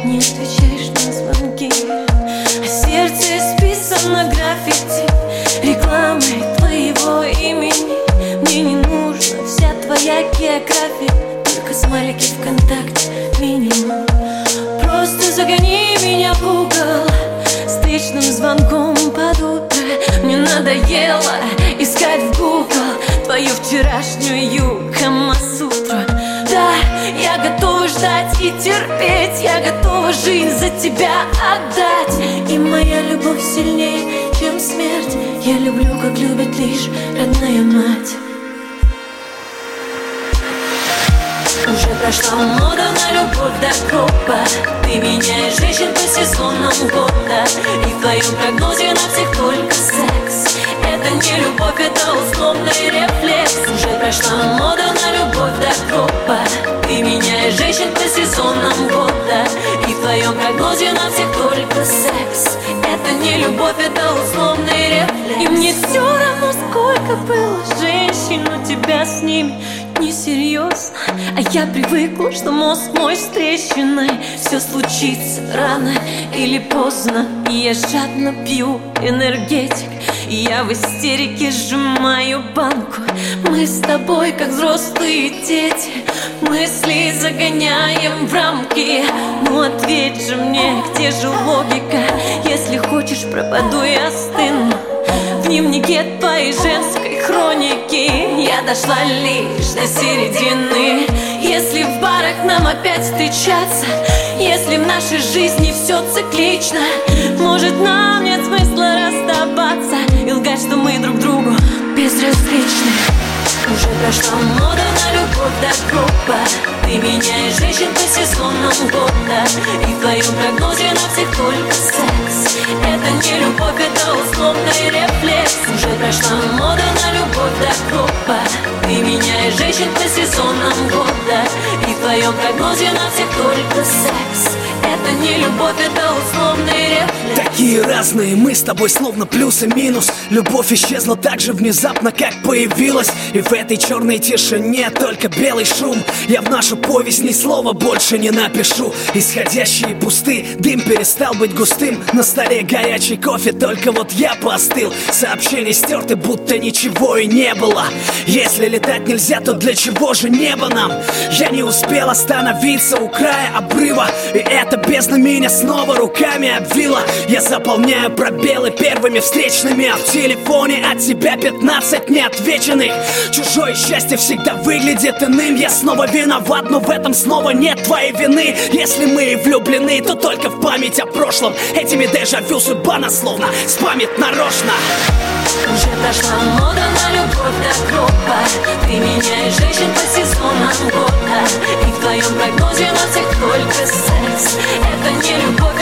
не отвечаешь на звонки, а сердце исписано граффити, рекламой твоего имени. Мне не нужна вся твоя география, только смайлики ВКонтакте минимум. Просто загони меня в угол встречным звонком под утро. Мне надоело искать в Google твою вчерашнюю Камасутру. Да, я готова ждать и терпеть, я готова жизнь за тебя отдать. И моя любовь сильнее, чем смерть. Я люблю, как любит лишь родная мать. Уже прошла мода на любовь до гроба. Ты меняешь женщин по сезонам года, и в твоем прогнозе на всех только секс. Это не любовь, это условный рефлекс. Уже прошла мода на любовь до гроба. Ты меняешь женщин по сезонам года, и в твоем прогнозе на всех только секс. Это не любовь, это условный рефлекс. И мне все равно, сколько было женщин, у тебя с ними несерьезно. А я привыкла, что мозг мой с трещиной. Все случится рано или поздно, и я жадно пью энергетик. И я в истерике сжимаю банку. Мы с тобой как взрослые дети, мысли загоняем в рамки. Ну ответь же мне, где же логика? Если хочешь, пропаду и остыну в дневнике твоей женской хроники. Я дошла лишь до середины. Если в барах нам опять встречаться, если в нашей жизни все циклично, может, нам нет смысла расставаться и лгать, что мы друг другу безразличны. Уже прошла мода на любовь до гроба. Ты меняешь женщин по сезонам года, и в твоем прогнозе на всех только секс. Это не любовь, это условный рефлекс. Уже прошла мода на любовь до гроба. Ты меняешь женщин по сезонам года, и в твоем прогнозе на всех только секс. Это не любовь, это условный рефлекс. Такие разные мы с тобой, словно плюс и минус. Любовь исчезла так же внезапно, как появилась. И в этой черной тишине только белый шум. Я в нашу повесть ни слова больше не напишу. Исходящие пусты, дым перестал быть густым. На столе горячий кофе, только вот я поостыл. Сообщения стерты, будто ничего и не было. Если летать нельзя, то для чего же небо нам? Я не успел остановиться у края обрыва, и эта бездна меня снова руками обвила. Я заполняю пробелы первыми встречными, а в телефоне от тебя 15 неотвеченных. Чужое счастье всегда выглядит иным. Я снова виноват, но в этом снова нет твоей вины. Если мы и влюблены, то только в память о прошлом. Этими дежавю судьба нас словно спамит нарочно. Уже прошла мода на любовь до гроба. Ты меняешь женщин по сезонам года, и в твоем прогнозе на всех только секс. Это не любовь,